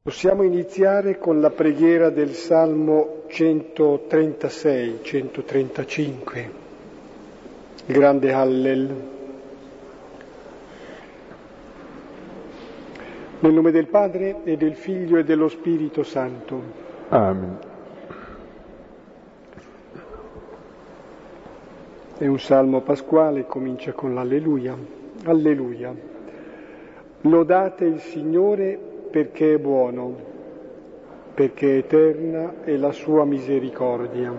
Possiamo iniziare con la preghiera del Salmo 136-135, il grande Hallel. Nel nome del Padre e del Figlio e dello Spirito Santo. Amen. È un salmo pasquale, comincia con l'Alleluia. Alleluia. Lodate il Signore perché è buono, perché eterna è la sua misericordia.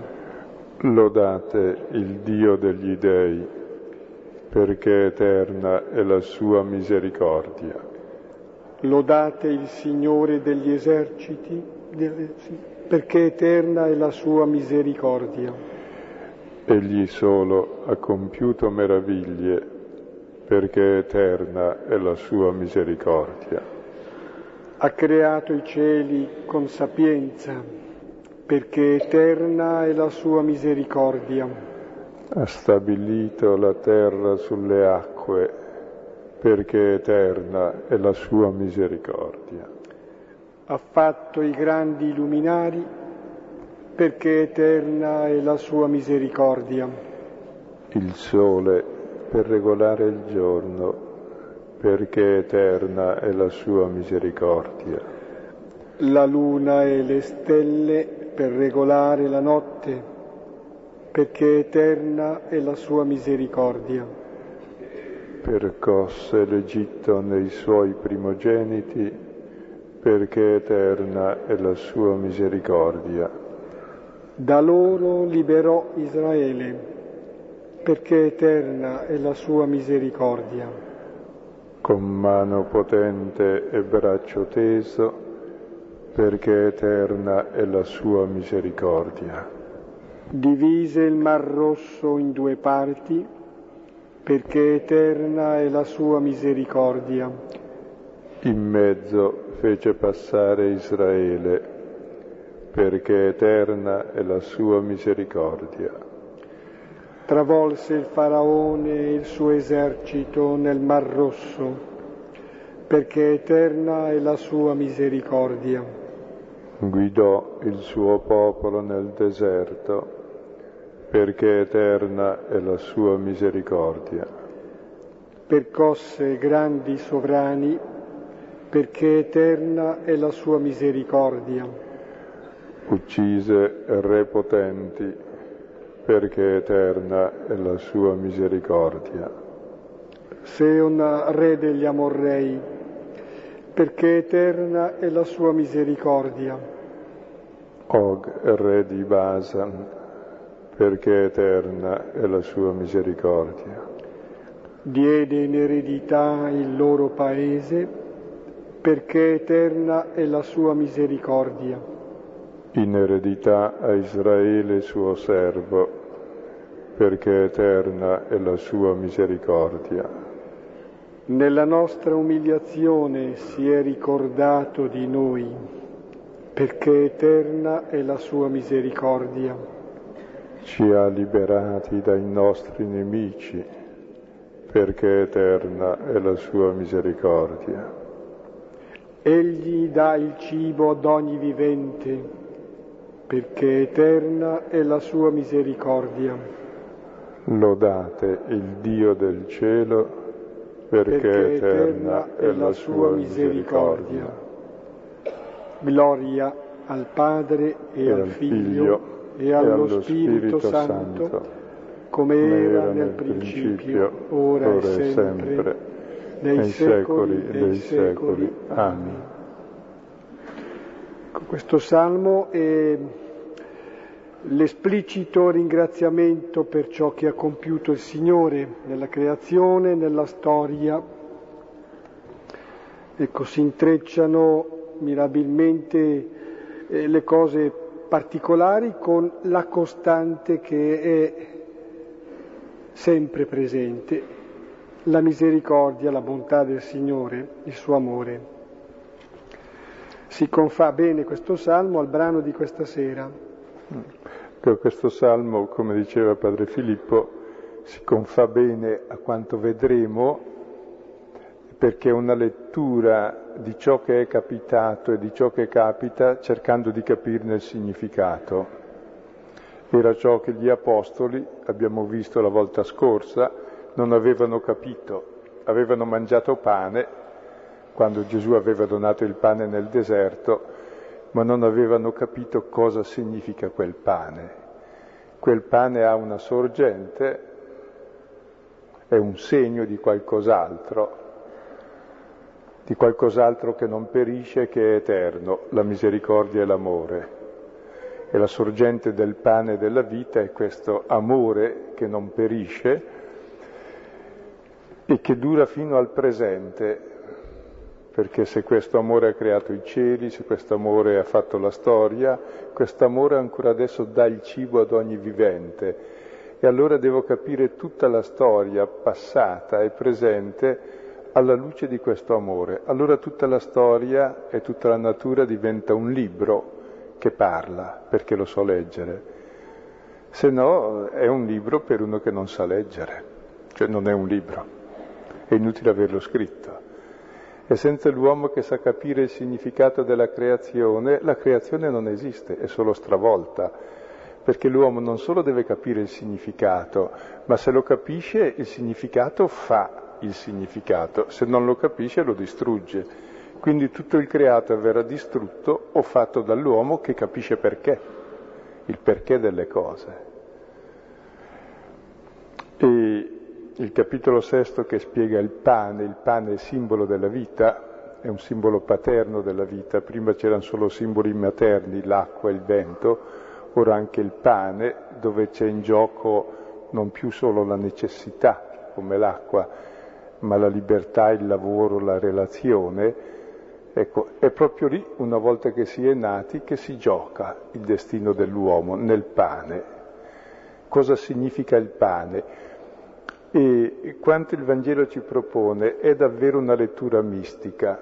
Lodate il Dio degli dei, perché eterna è la sua misericordia. Lodate il Signore degli eserciti, perché eterna è la sua misericordia. Egli solo ha compiuto meraviglie, perché eterna è la sua misericordia. Ha creato i cieli con sapienza, perché eterna è la sua misericordia. Ha stabilito la terra sulle acque, perché eterna è la sua misericordia. Ha fatto i grandi luminari, perché eterna è la sua misericordia. Il sole per regolare il giorno, perché eterna è la sua misericordia. La luna e le stelle per regolare la notte, perché eterna è la sua misericordia. Percosse l'Egitto nei suoi primogeniti, perché eterna è la sua misericordia. Da loro liberò Israele, perché eterna è la sua misericordia. Con mano potente e braccio teso, perché eterna è la sua misericordia. Divise il Mar Rosso in due parti, perché eterna è la sua misericordia. In mezzo fece passare Israele, perché eterna è la sua misericordia. Travolse il Faraone e il suo esercito nel Mar Rosso, perché eterna è la sua misericordia. Guidò il suo popolo nel deserto, perché eterna è la sua misericordia. Percosse grandi sovrani, perché eterna è la sua misericordia. Uccise re potenti, perché eterna è la sua misericordia. Seon, re degli Amorrei, perché eterna è la sua misericordia. Og, re di Basan, perché eterna è la sua misericordia. Diede in eredità il loro paese, perché eterna è la sua misericordia. In eredità a Israele suo servo, perché eterna è la sua misericordia. Nella nostra umiliazione si è ricordato di noi, perché eterna è la sua misericordia. Ci ha liberati dai nostri nemici, perché eterna è la sua misericordia. Egli dà il cibo ad ogni vivente, perché eterna è la sua misericordia. Lodate il Dio del cielo, perché eterna è la sua misericordia. Gloria al Padre e al Figlio e allo Spirito Santo, come era nel principio, ora e sempre, nei secoli dei secoli. Amen. Questo salmo è l'esplicito ringraziamento per ciò che ha compiuto il Signore nella creazione, nella storia. Ecco, si intrecciano mirabilmente le cose particolari con la costante che è sempre presente, la misericordia, la bontà del Signore, il suo amore. Si confà bene questo salmo al brano di questa sera. Questo salmo, come diceva Padre Filippo, si confà bene a quanto vedremo, perché è una lettura di ciò che è capitato e di ciò che capita cercando di capirne il significato. Era ciò che gli apostoli, abbiamo visto la volta scorsa, non avevano capito. Avevano mangiato pane, quando Gesù aveva donato il pane nel deserto, ma non avevano capito cosa significa quel pane. Quel pane ha una sorgente, è un segno di qualcos'altro che non perisce, che è eterno, la misericordia e l'amore. E la sorgente del pane della vita è questo amore che non perisce e che dura fino al presente, perché se questo amore ha creato i cieli, se questo amore ha fatto la storia, questo amore ancora adesso dà il cibo ad ogni vivente. E allora devo capire tutta la storia passata e presente alla luce di questo amore. Allora tutta la storia e tutta la natura diventa un libro che parla, perché lo so leggere. Se no è un libro per uno che non sa leggere, cioè non è un libro, è inutile averlo scritto. E senza l'uomo che sa capire il significato della creazione, la creazione non esiste, è solo stravolta, perché l'uomo non solo deve capire il significato, ma se lo capisce il significato fa il significato, se non lo capisce lo distrugge. Quindi tutto il creato verrà distrutto o fatto dall'uomo che capisce perché, il perché delle cose. E il capitolo sesto che spiega il pane è simbolo della vita, è un simbolo paterno della vita. Prima c'erano solo simboli materni, l'acqua e il vento, ora anche il pane, dove c'è in gioco non più solo la necessità, come l'acqua, ma la libertà, il lavoro, la relazione. Ecco, è proprio lì, una volta che si è nati, che si gioca il destino dell'uomo, nel pane. Cosa significa il pane? E quanto il Vangelo ci propone è davvero una lettura mistica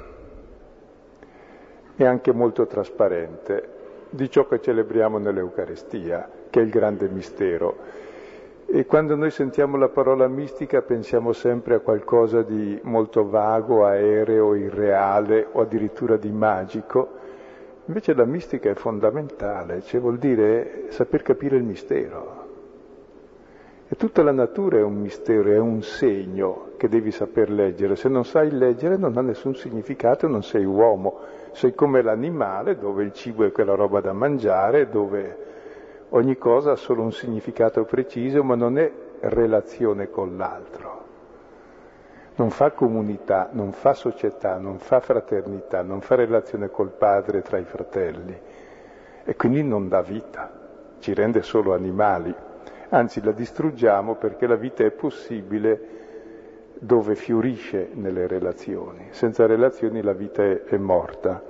e anche molto trasparente di ciò che celebriamo nell'Eucaristia, che è il grande mistero. E quando noi sentiamo la parola mistica pensiamo sempre a qualcosa di molto vago, aereo, irreale o addirittura di magico. Invece la mistica è fondamentale, cioè vuol dire saper capire il mistero. E tutta la natura è un mistero, è un segno che devi saper leggere. Se non sai leggere non ha nessun significato, non sei uomo. Sei come l'animale, dove il cibo è quella roba da mangiare, dove ogni cosa ha solo un significato preciso, ma non è relazione con l'altro. Non fa comunità, non fa società, non fa fraternità, non fa relazione col padre tra i fratelli. E quindi non dà vita, ci rende solo animali. Anzi, la distruggiamo perché la vita è possibile dove fiorisce nelle relazioni. Senza relazioni la vita è morta.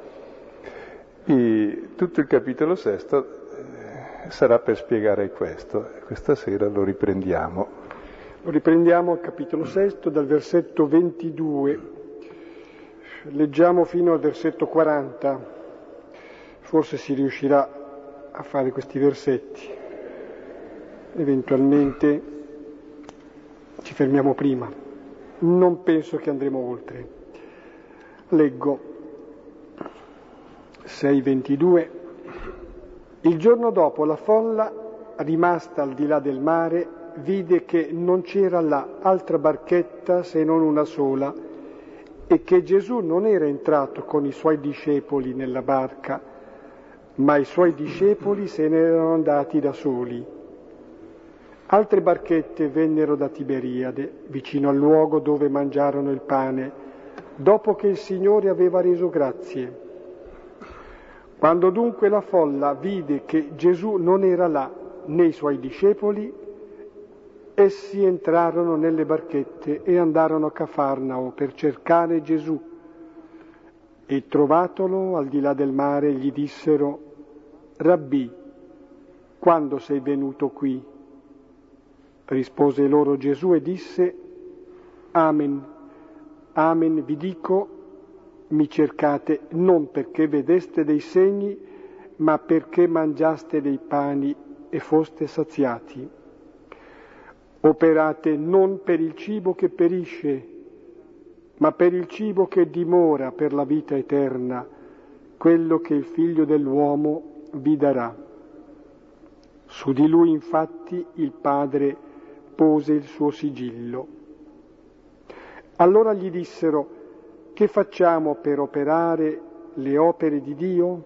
E tutto il capitolo sesto sarà per spiegare questo. Questa sera lo riprendiamo. Lo riprendiamo al capitolo sesto dal versetto 22. Leggiamo fino al versetto 40. Forse si riuscirà a fare questi versetti. Eventualmente ci fermiamo prima. Non penso che andremo oltre. Leggo 6:22. Il giorno dopo la folla, rimasta al di là del mare, vide che non c'era là altra barchetta se non una sola e che Gesù non era entrato con i suoi discepoli nella barca, ma i suoi discepoli se ne erano andati da soli. Altre barchette vennero da Tiberiade, vicino al luogo dove mangiarono il pane, dopo che il Signore aveva reso grazie. Quando dunque la folla vide che Gesù non era là, né i suoi discepoli, essi entrarono nelle barchette e andarono a Cafarnao per cercare Gesù. E trovatolo al di là del mare gli dissero: Rabbì, quando sei venuto qui? Rispose loro Gesù e disse: Amen, amen vi dico, mi cercate non perché vedeste dei segni, ma perché mangiaste dei pani e foste saziati. Operate non per il cibo che perisce, ma per il cibo che dimora per la vita eterna, quello che il Figlio dell'uomo vi darà. Su di lui infatti il Padre pose il suo sigillo. Allora gli dissero: che facciamo per operare le opere di Dio?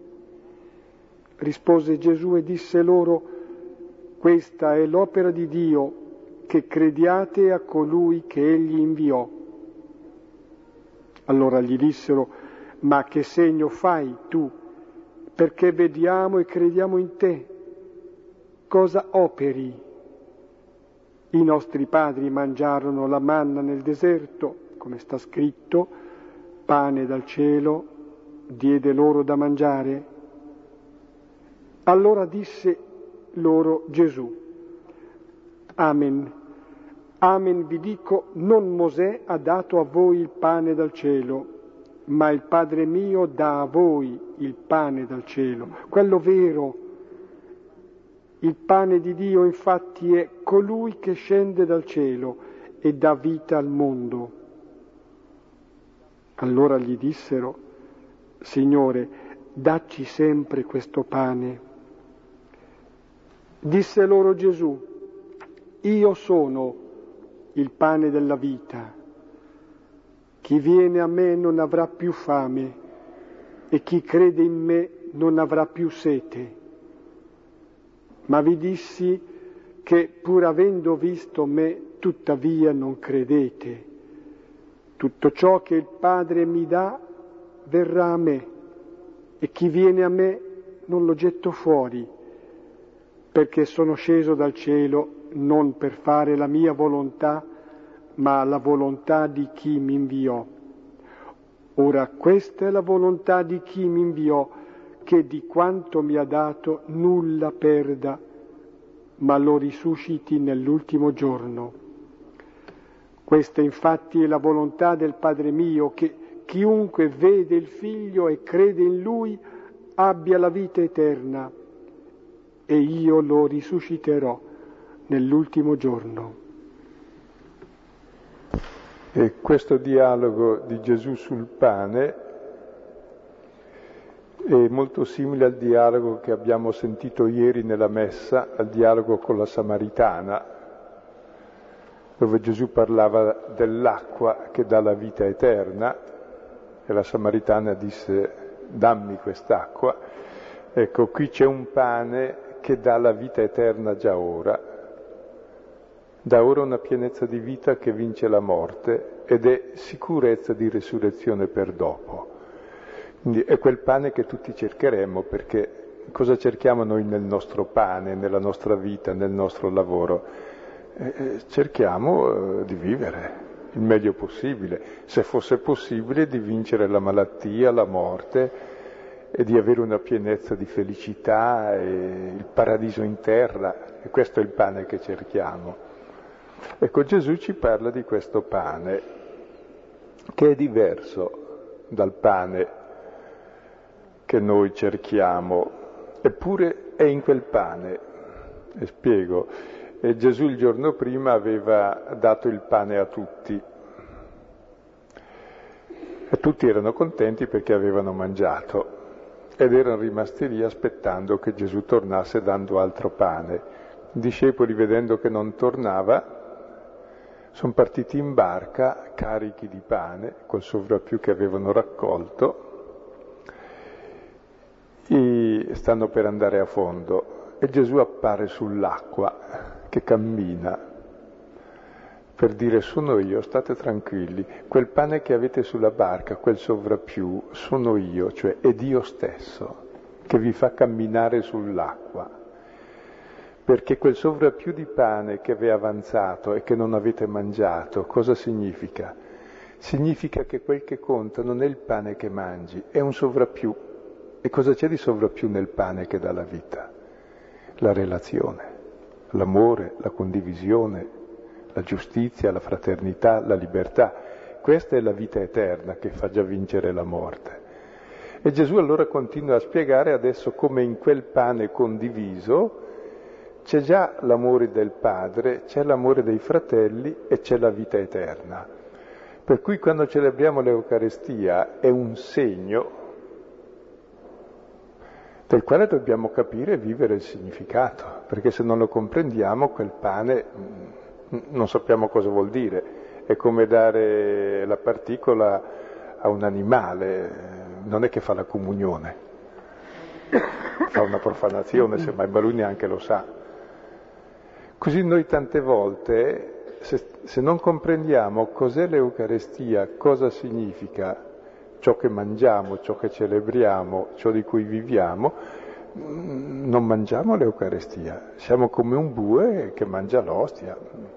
Rispose Gesù e disse loro: questa è l'opera di Dio, che crediate a colui che egli inviò. Allora gli dissero: ma che segno fai tu, perché vediamo e crediamo in te? Cosa operi? I nostri padri mangiarono la manna nel deserto, come sta scritto, pane dal cielo diede loro da mangiare. Allora disse loro Gesù: Amen, amen vi dico, non Mosè ha dato a voi il pane dal cielo, ma il Padre mio dà a voi il pane dal cielo, quello vero. Il pane di Dio infatti è colui che scende dal cielo e dà vita al mondo. Allora gli dissero: Signore, dacci sempre questo pane. Disse loro Gesù: io sono il pane della vita. Chi viene a me non avrà più fame e chi crede in me non avrà più sete. Ma vi dissi che pur avendo visto me, tuttavia non credete. Tutto ciò che il Padre mi dà verrà a me, e chi viene a me non lo getto fuori, perché sono sceso dal cielo non per fare la mia volontà, ma la volontà di chi mi inviò. Ora questa è la volontà di chi mi inviò, che di quanto mi ha dato nulla perda, ma lo risusciti nell'ultimo giorno. Questa infatti è la volontà del Padre mio, che chiunque vede il Figlio e crede in Lui abbia la vita eterna, e io lo risusciterò nell'ultimo giorno. E questo dialogo di Gesù sul pane è molto simile al dialogo che abbiamo sentito ieri nella messa, al dialogo con la Samaritana, dove Gesù parlava dell'acqua che dà la vita eterna, e la Samaritana disse: dammi quest'acqua. Ecco, qui c'è un pane che dà la vita eterna già ora, da ora una pienezza di vita che vince la morte ed è sicurezza di resurrezione per dopo. Quindi è quel pane che tutti cercheremo, perché cosa cerchiamo noi nel nostro pane, nella nostra vita, nel nostro lavoro? Cerchiamo di vivere il meglio possibile, se fosse possibile di vincere la malattia, la morte e di avere una pienezza di felicità e il paradiso in terra, e questo è il pane che cerchiamo. Ecco, Gesù ci parla di questo pane, che è diverso dal pane che noi cerchiamo, eppure è in quel pane. E spiego. E Gesù il giorno prima aveva dato il pane a tutti, e tutti erano contenti perché avevano mangiato, ed erano rimasti lì aspettando che Gesù tornasse dando altro pane. I discepoli, vedendo che non tornava, sono partiti in barca carichi di pane, col sovrappiù che avevano raccolto, e stanno per andare a fondo, e Gesù appare sull'acqua che cammina per dire: sono io, state tranquilli, quel pane che avete sulla barca, quel sovrappiù, sono io, cioè è Dio stesso che vi fa camminare sull'acqua, perché quel sovrappiù di pane che vi è avanzato e che non avete mangiato, cosa significa? Significa che quel che conta non è il pane che mangi, è un sovrappiù. E cosa c'è di sovrappiù nel pane che dà la vita? La relazione, l'amore, la condivisione, la giustizia, la fraternità, la libertà. Questa è la vita eterna che fa già vincere la morte. E Gesù allora continua a spiegare adesso come in quel pane condiviso c'è già l'amore del Padre, c'è l'amore dei fratelli e c'è la vita eterna. Per cui quando celebriamo l'Eucarestia è un segno del quale dobbiamo capire e vivere il significato, perché se non lo comprendiamo quel pane non sappiamo cosa vuol dire. È come dare la particola a un animale, non è che fa la comunione, fa una profanazione, semmai, ma lui neanche lo sa. Così noi tante volte, se non comprendiamo cos'è l'Eucarestia, cosa significa ciò che mangiamo, ciò che celebriamo, ciò di cui viviamo, non mangiamo l'Eucarestia, siamo come un bue che mangia l'ostia.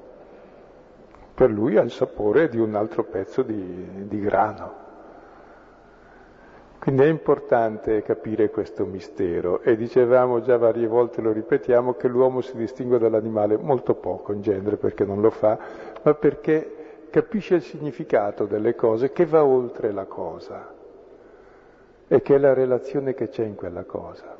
Per lui ha il sapore di un altro pezzo di grano. Quindi è importante capire questo mistero e dicevamo già varie volte, lo ripetiamo, che l'uomo si distingue dall'animale molto poco in genere perché non lo fa, ma perché capisce il significato delle cose che va oltre la cosa e che è la relazione che c'è in quella cosa.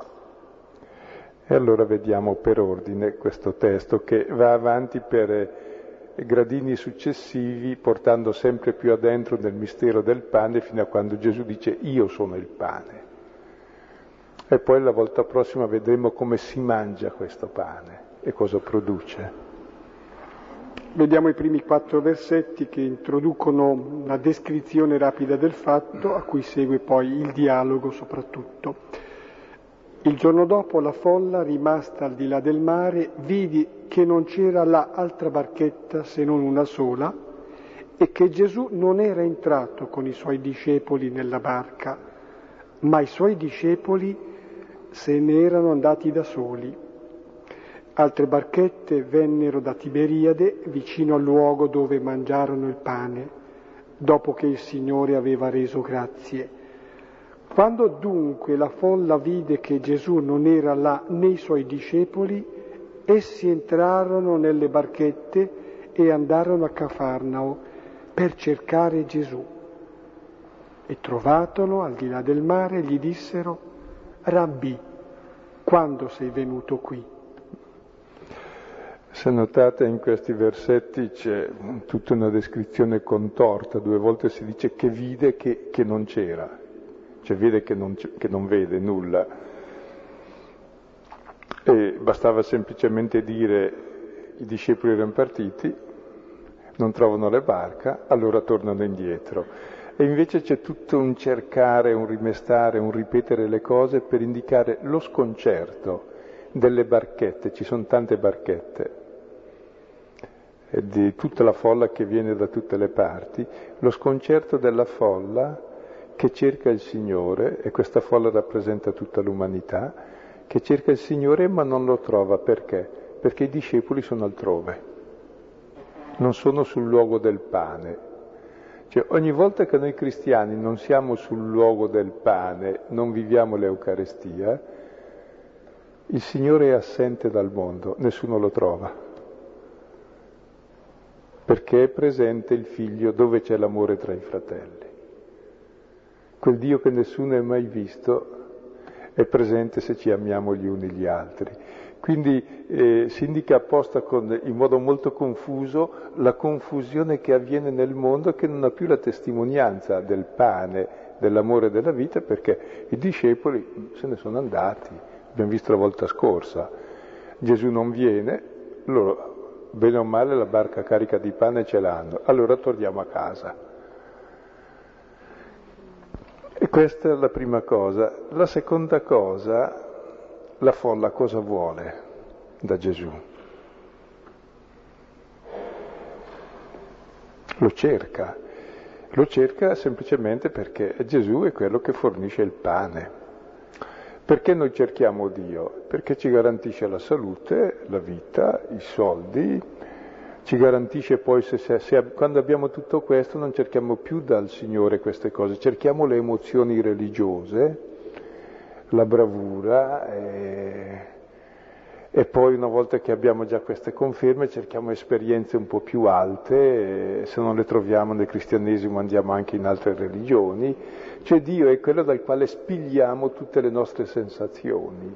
E allora vediamo per ordine questo testo che va avanti per gradini successivi, portando sempre più addentro nel mistero del pane, fino a quando Gesù dice io sono il pane. E poi la volta prossima vedremo come si mangia questo pane e cosa produce. Vediamo i primi 4 versetti che introducono una descrizione rapida del fatto, a cui segue poi il dialogo soprattutto. Il giorno dopo la folla, rimasta al di là del mare, vide che non c'era là altra barchetta se non una sola e che Gesù non era entrato con i suoi discepoli nella barca, ma i suoi discepoli se ne erano andati da soli. Altre barchette vennero da Tiberiade, vicino al luogo dove mangiarono il pane, dopo che il Signore aveva reso grazie. Quando dunque la folla vide che Gesù non era là né i suoi discepoli, essi entrarono nelle barchette e andarono a Cafarnao per cercare Gesù. E trovatolo al di là del mare gli dissero: Rabbì, quando sei venuto qui? Se notate in questi versetti c'è tutta una descrizione contorta, 2 volte si dice che vide che non c'era, cioè vede che non vede nulla. E bastava semplicemente dire i discepoli erano partiti, non trovano la barca, allora tornano indietro. E invece c'è tutto un cercare, un rimestare, un ripetere le cose per indicare lo sconcerto delle barchette, ci sono tante barchette, e di tutta la folla che viene da tutte le parti, lo sconcerto della folla che cerca il Signore, e questa folla rappresenta tutta l'umanità, che cerca il Signore ma non lo trova. Perché? Perché i discepoli sono altrove, non sono sul luogo del pane. Cioè ogni volta che noi cristiani non siamo sul luogo del pane, non viviamo l'Eucarestia, il Signore è assente dal mondo, nessuno lo trova. Perché è presente il Figlio dove c'è l'amore tra i fratelli. Quel Dio che nessuno ha mai visto è presente se ci amiamo gli uni gli altri. Quindi si indica apposta in modo molto confuso la confusione che avviene nel mondo, che non ha più la testimonianza del pane, dell'amore della vita, perché i discepoli se ne sono andati, abbiamo visto la volta scorsa. Gesù non viene, loro bene o male la barca carica di pane ce l'hanno, allora torniamo a casa. E questa è la prima cosa. La seconda cosa, la folla cosa vuole da Gesù? Lo cerca semplicemente perché Gesù è quello che fornisce il pane. Perché noi cerchiamo Dio? Perché ci garantisce la salute, la vita, i soldi, ci garantisce poi, quando abbiamo tutto questo non cerchiamo più dal Signore queste cose, cerchiamo le emozioni religiose, la bravura e poi una volta che abbiamo già queste conferme cerchiamo esperienze un po' più alte, e se non le troviamo nel cristianesimo andiamo anche in altre religioni. Cioè Dio è quello dal quale spigliamo tutte le nostre sensazioni.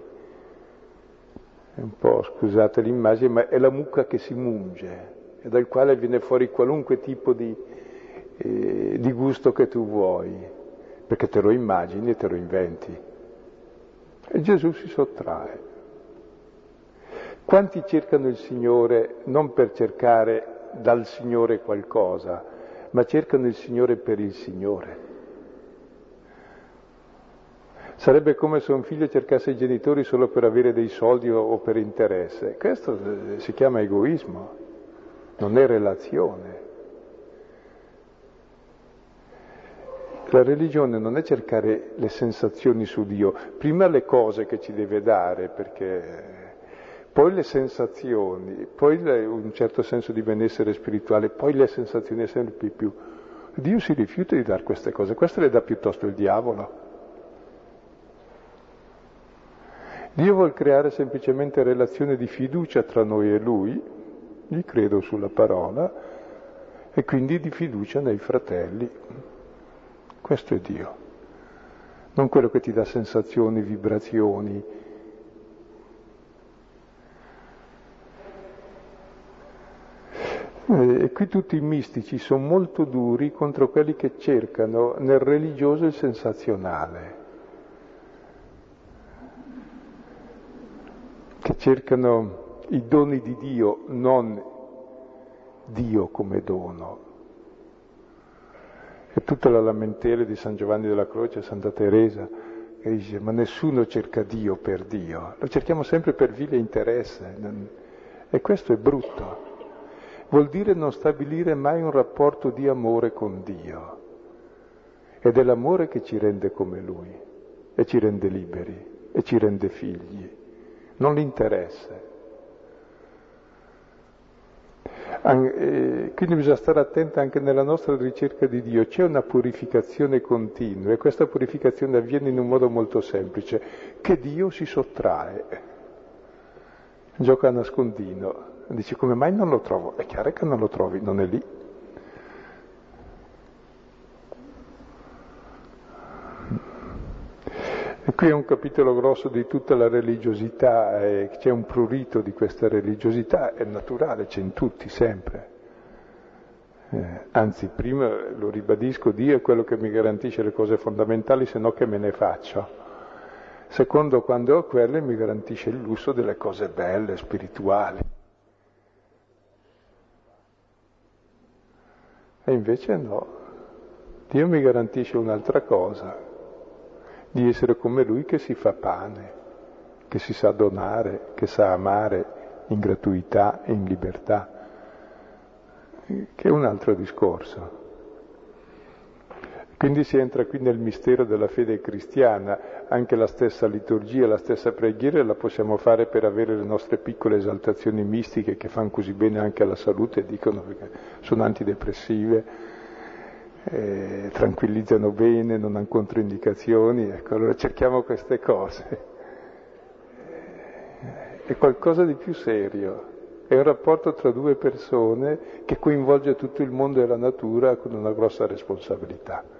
È un po', scusate l'immagine, ma è la mucca che si munge e dal quale viene fuori qualunque tipo di di gusto che tu vuoi, perché te lo immagini e te lo inventi. E Gesù si sottrae. Quanti cercano il Signore non per cercare dal Signore qualcosa, ma cercano il Signore per il Signore? Sarebbe come se un figlio cercasse i genitori solo per avere dei soldi o per interesse. Questo si chiama egoismo, non è relazione. La religione non è cercare le sensazioni su Dio, prima le cose che ci deve dare, perché poi le sensazioni, poi un certo senso di benessere spirituale, poi le sensazioni sempre di più. Dio si rifiuta di dare queste cose, queste le dà piuttosto il diavolo. Dio vuol creare semplicemente relazione di fiducia tra noi e Lui, gli credo sulla parola, e quindi di fiducia nei fratelli. Questo è Dio, non quello che ti dà sensazioni, vibrazioni. E qui tutti i mistici sono molto duri contro quelli che cercano nel religioso il sensazionale, che cercano i doni di Dio, non Dio come dono. È tutta la lamentela di San Giovanni della Croce, Santa Teresa, che dice: ma nessuno cerca Dio per Dio, lo cerchiamo sempre per vile interesse, e questo è brutto. Vuol dire non stabilire mai un rapporto di amore con Dio, ed è l'amore che ci rende come Lui, e ci rende liberi, e ci rende figli, non l'interesse. Quindi bisogna stare attenti anche nella nostra ricerca di Dio. C'è una purificazione continua, e questa purificazione avviene in un modo molto semplice, che Dio si sottrae, gioca a nascondino. Dici: come mai non lo trovo? È chiaro che non lo trovi, non è lì. E qui è un capitolo grosso di tutta la religiosità, c'è un prurito di questa religiosità, è naturale, c'è in tutti, sempre. Anzi, prima, lo ribadisco, Dio è quello che mi garantisce le cose fondamentali, se no che me ne faccio. Secondo, quando ho quelle, mi garantisce il lusso delle cose belle, spirituali. E invece no, Dio mi garantisce un'altra cosa, di essere come Lui che si fa pane, che si sa donare, che sa amare in gratuità e in libertà, che è un altro discorso. Quindi si entra qui nel mistero della fede cristiana, anche la stessa liturgia, la stessa preghiera la possiamo fare per avere le nostre piccole esaltazioni mistiche che fanno così bene anche alla salute, dicono, perché sono antidepressive, tranquillizzano bene, non hanno controindicazioni, ecco, allora cerchiamo queste cose. È qualcosa di più serio, è un rapporto tra due persone che coinvolge tutto il mondo e la natura con una grossa responsabilità.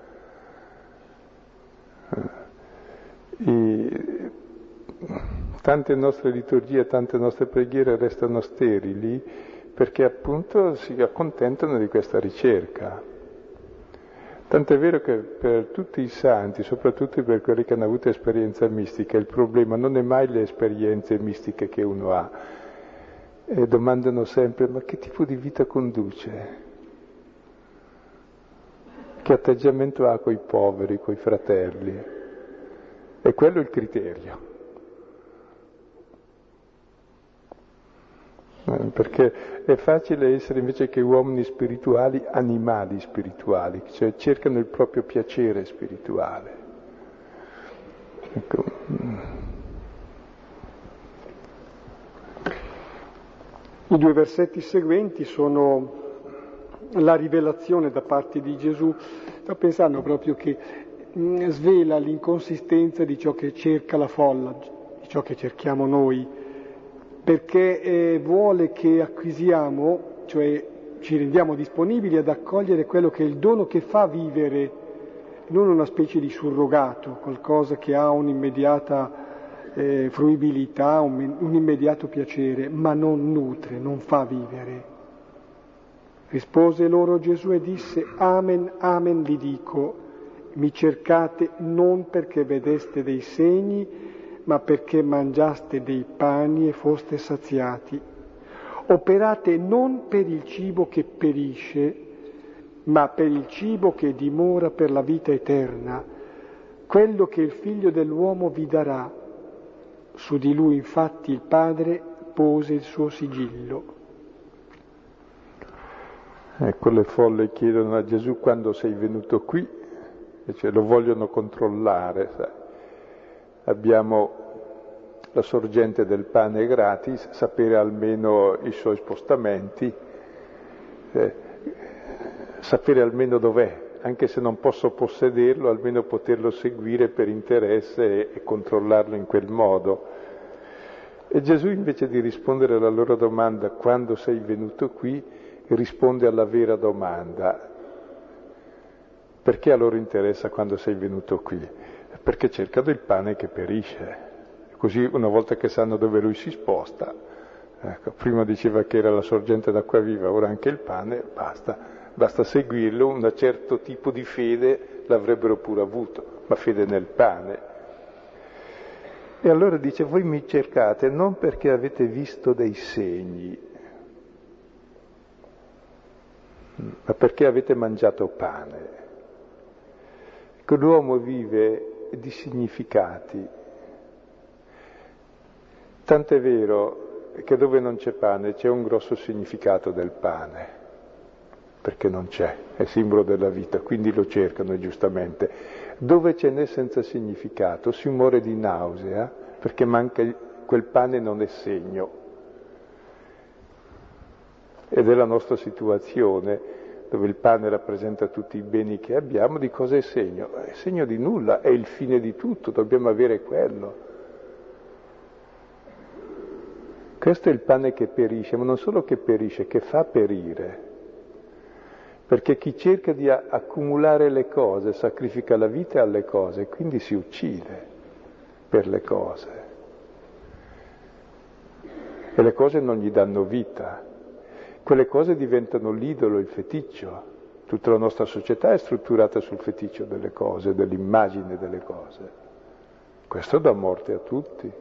Tante nostre liturgie, tante nostre preghiere restano sterili perché appunto si accontentano di questa ricerca. Tant'è vero che per tutti i santi, soprattutto per quelli che hanno avuto esperienza mistica, il problema non è mai le esperienze mistiche che uno ha, e domandano sempre: ma che tipo di vita conduce? Che atteggiamento ha coi poveri, coi fratelli? E quello è il criterio. Perché è facile essere invece che uomini spirituali, animali spirituali, cioè cercano il proprio piacere spirituale. Ecco. I due versetti seguenti sono la rivelazione da parte di Gesù. Sto pensando proprio che svela l'inconsistenza di ciò che cerca la folla, di ciò che cerchiamo noi, perché vuole che acquisiamo, cioè ci rendiamo disponibili ad accogliere quello che è il dono che fa vivere, non una specie di surrogato, qualcosa che ha un'immediata fruibilità, un immediato piacere, ma non nutre, non fa vivere. Rispose loro Gesù e disse: Amen, amen vi dico, mi cercate non perché vedeste dei segni, ma perché mangiaste dei pani e foste saziati. Operate non per il cibo che perisce, ma per il cibo che dimora per la vita eterna, quello che il Figlio dell'uomo vi darà. Su di lui infatti il Padre pose il suo sigillo. Ecco, le folle chiedono a Gesù: quando sei venuto qui? Cioè, lo vogliono controllare, sai. Abbiamo la sorgente del pane gratis, sapere almeno i suoi spostamenti, sapere almeno dov'è, anche se non posso possederlo, almeno poterlo seguire per interesse e controllarlo in quel modo. E Gesù, invece di rispondere alla loro domanda quando sei venuto qui, risponde alla vera domanda: perché a loro interessa quando sei venuto qui? Perché cercano il pane che perisce. Così, una volta che sanno dove lui si sposta, ecco, prima diceva che era la sorgente d'acqua viva, ora anche il pane, basta seguirlo. Un certo tipo di fede l'avrebbero pure avuto, ma fede nel pane. E allora dice: voi mi cercate non perché avete visto dei segni, ma perché avete mangiato pane. Ecco, l'uomo vive di significati. Tant'è vero che dove non c'è pane c'è un grosso significato del pane, perché non c'è, è simbolo della vita, quindi lo cercano giustamente. Dove ce n'è senza significato si muore di nausea, perché manca quel pane, non è segno. Ed è la nostra situazione, dove il pane rappresenta tutti i beni che abbiamo. Di cosa è segno? È segno di nulla, è il fine di tutto, dobbiamo avere quello. Questo è il pane che perisce, ma non solo che perisce, che fa perire. Perché chi cerca di accumulare le cose sacrifica la vita alle cose, quindi si uccide per le cose. E le cose non gli danno vita. Quelle cose diventano l'idolo, il feticcio. Tutta la nostra società è strutturata sul feticcio delle cose, dell'immagine delle cose. Questo dà morte a tutti.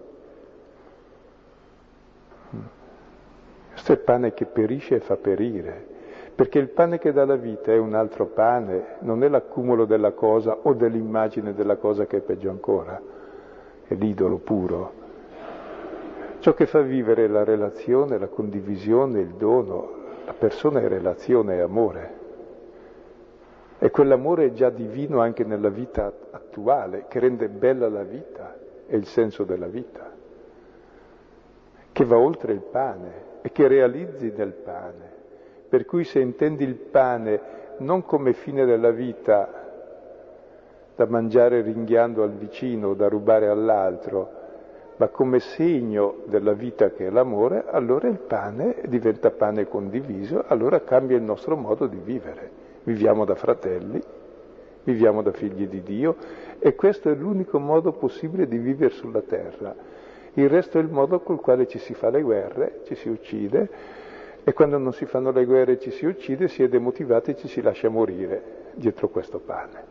Questo è il pane che perisce e fa perire, perché il pane che dà la vita è un altro pane, non è l'accumulo della cosa o dell'immagine della cosa, che è peggio ancora, è l'idolo puro. Ciò che fa vivere la relazione, la condivisione, il dono, la persona è relazione, è amore. E quell'amore è già divino anche nella vita attuale, che rende bella la vita e il senso della vita, che va oltre il pane e che realizzi del pane. Per cui se intendi il pane non come fine della vita, da mangiare ringhiando al vicino o da rubare all'altro, ma come segno della vita che è l'amore, allora il pane diventa pane condiviso, allora cambia il nostro modo di vivere. Viviamo da fratelli, viviamo da figli di Dio, e questo è l'unico modo possibile di vivere sulla terra. Il resto è il modo col quale ci si fa le guerre, ci si uccide, e quando non si fanno le guerre e ci si uccide, si è demotivati e ci si lascia morire dietro questo pane.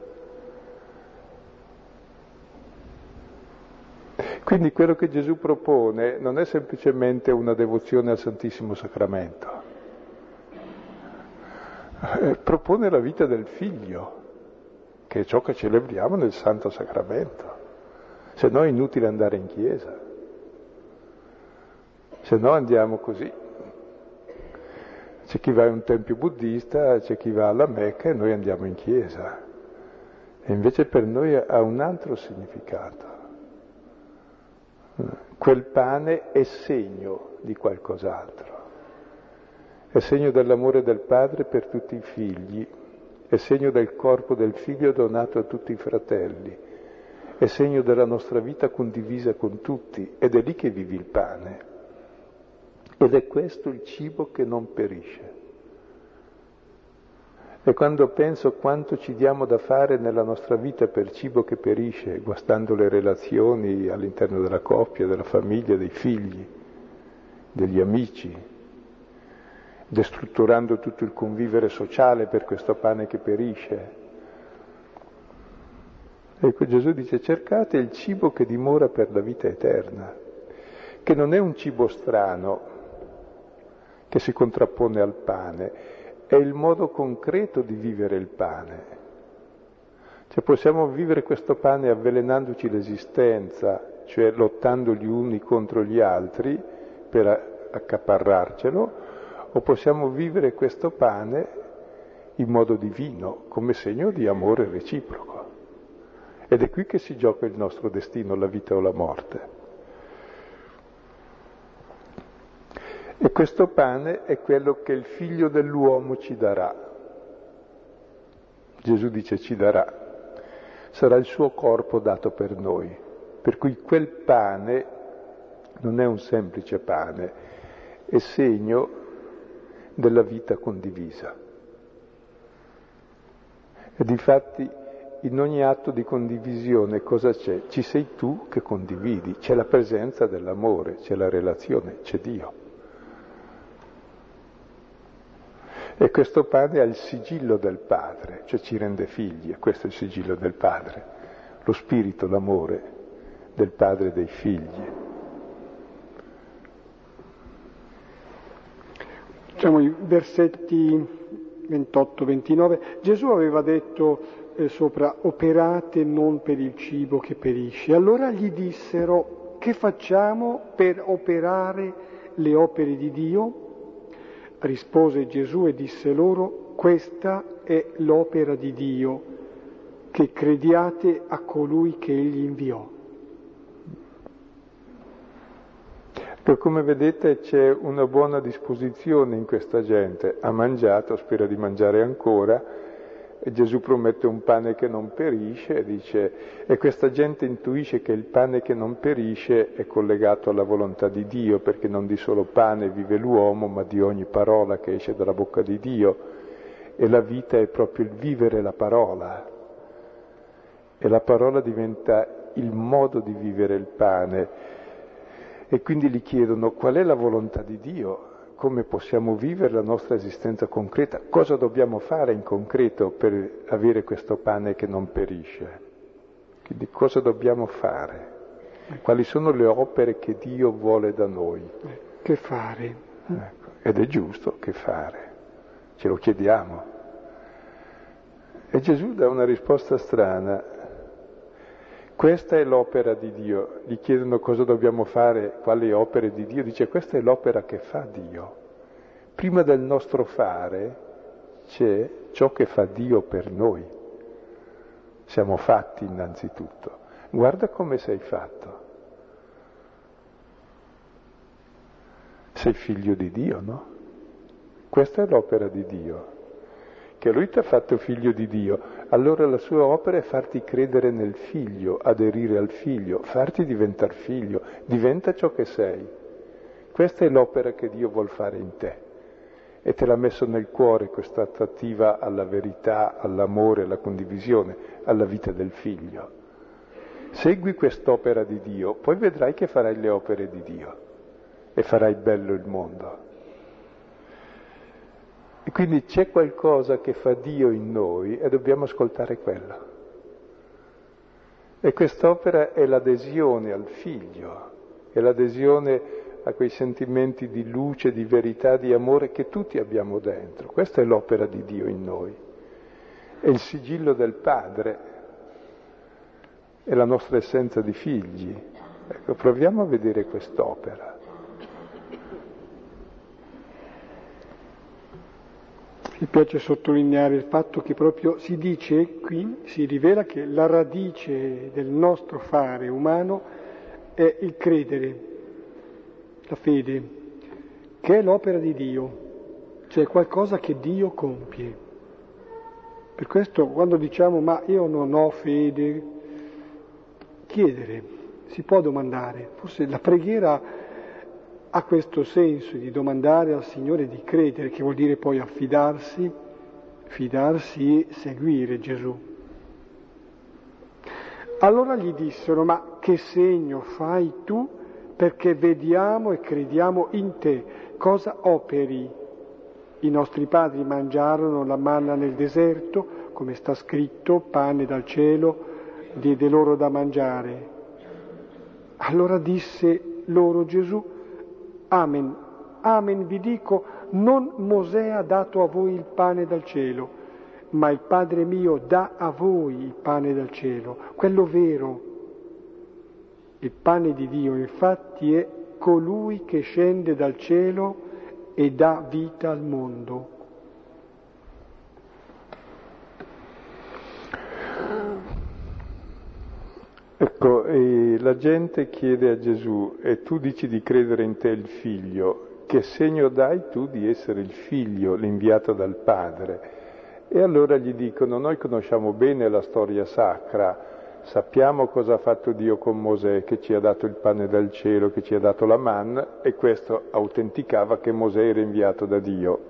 Quindi quello che Gesù propone non è semplicemente una devozione al Santissimo Sacramento, propone la vita del Figlio, che è ciò che celebriamo nel Santo Sacramento. Se no è inutile andare in chiesa, se no andiamo così. C'è chi va in un tempio buddista, c'è chi va alla Mecca e noi andiamo in chiesa. E invece per noi ha un altro significato. Quel pane è segno di qualcos'altro, è segno dell'amore del Padre per tutti i figli, è segno del corpo del Figlio donato a tutti i fratelli, è segno della nostra vita condivisa con tutti, ed è lì che vivi il pane. Ed è questo il cibo che non perisce. E quando penso quanto ci diamo da fare nella nostra vita per cibo che perisce, guastando le relazioni all'interno della coppia, della famiglia, dei figli, degli amici, destrutturando tutto il convivere sociale per questo pane che perisce. Ecco, Gesù dice: cercate il cibo che dimora per la vita eterna, che non è un cibo strano che si contrappone al pane, è il modo concreto di vivere il pane. Cioè possiamo vivere questo pane avvelenandoci l'esistenza, cioè lottando gli uni contro gli altri per accaparrarcelo, o possiamo vivere questo pane in modo divino, come segno di amore reciproco. Ed è qui che si gioca il nostro destino, la vita o la morte. E questo pane è quello che il Figlio dell'uomo ci darà. Gesù dice ci darà. Sarà il suo corpo dato per noi. Per cui quel pane non è un semplice pane, è segno della vita condivisa. E difatti in ogni atto di condivisione cosa c'è? Ci sei tu che condividi, c'è la presenza dell'amore, c'è la relazione, c'è Dio. E questo pane ha il sigillo del Padre, cioè ci rende figli, e questo è il sigillo del Padre, lo spirito, l'amore del Padre e dei figli. Diciamo i versetti 28-29, Gesù aveva detto sopra: operate non per il cibo che perisce. Allora gli dissero: che facciamo per operare le opere di Dio? Rispose Gesù e disse loro: questa è l'opera di Dio, che crediate a colui che Egli inviò. Come vedete c'è una buona disposizione in questa gente, ha mangiato, spera di mangiare ancora, e Gesù promette un pane che non perisce e dice, e questa gente intuisce che il pane che non perisce è collegato alla volontà di Dio, perché non di solo pane vive l'uomo, ma di ogni parola che esce dalla bocca di Dio, e la vita è proprio il vivere la parola, e la parola diventa il modo di vivere il pane. E quindi gli chiedono qual è la volontà di Dio, come possiamo vivere la nostra esistenza concreta, cosa dobbiamo fare in concreto per avere questo pane che non perisce. Quindi cosa dobbiamo fare? Quali sono le opere che Dio vuole da noi? Che fare? Ecco. Ed è giusto che fare, ce lo chiediamo. E Gesù dà una risposta strana. Questa è l'opera di Dio. Gli chiedono cosa dobbiamo fare, quali opere di Dio. Dice, questa è l'opera che fa Dio. Prima del nostro fare c'è ciò che fa Dio per noi. Siamo fatti innanzitutto. Guarda come sei fatto. Sei figlio di Dio, no? Questa è l'opera di Dio. Che Lui ti ha fatto figlio di Dio, allora la sua opera è farti credere nel figlio, aderire al figlio, farti diventare figlio, diventa ciò che sei. Questa è l'opera che Dio vuol fare in te e te l'ha messo nel cuore questa attrattiva alla verità, all'amore, alla condivisione, alla vita del figlio. Segui quest'opera di Dio, poi vedrai che farai le opere di Dio e farai bello il mondo. E quindi c'è qualcosa che fa Dio in noi e dobbiamo ascoltare quello. E quest'opera è l'adesione al Figlio, è l'adesione a quei sentimenti di luce, di verità, di amore che tutti abbiamo dentro. Questa è l'opera di Dio in noi. È il sigillo del Padre, è la nostra essenza di figli. Ecco, proviamo a vedere quest'opera. Mi piace sottolineare il fatto che proprio si dice qui, si rivela che la radice del nostro fare umano è il credere, la fede, che è l'opera di Dio, cioè qualcosa che Dio compie. Per questo quando diciamo ma io non ho fede, chiedere, si può domandare, forse la preghiera ha questo senso di domandare al Signore di credere, che vuol dire poi affidarsi, fidarsi e seguire Gesù. Allora gli dissero, ma che segno fai tu perché vediamo e crediamo in te? Cosa operi? I nostri padri mangiarono la manna nel deserto, come sta scritto, pane dal cielo, diede loro da mangiare. Allora disse loro Gesù: Amen, amen vi dico, non Mosè ha dato a voi il pane dal cielo, ma il Padre mio dà a voi il pane dal cielo, quello vero. Il pane di Dio, infatti, è colui che scende dal cielo e dà vita al mondo. Ecco, la gente chiede a Gesù: e tu dici di credere in te il Figlio, che segno dai tu di essere il Figlio, l'inviato dal Padre? E allora gli dicono: noi conosciamo bene la storia sacra, sappiamo cosa ha fatto Dio con Mosè, che ci ha dato il pane dal cielo, che ci ha dato la manna, e questo autenticava che Mosè era inviato da Dio.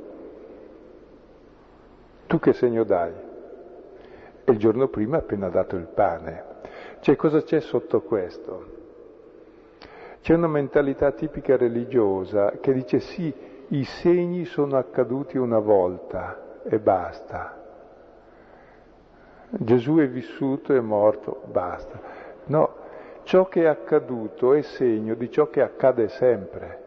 Tu che segno dai? E il giorno prima ha appena dato il pane. Cioè, cosa c'è sotto questo? C'è una mentalità tipica religiosa che dice: sì, i segni sono accaduti una volta e basta. Gesù è vissuto, è morto, basta. No, ciò che è accaduto è segno di ciò che accade sempre.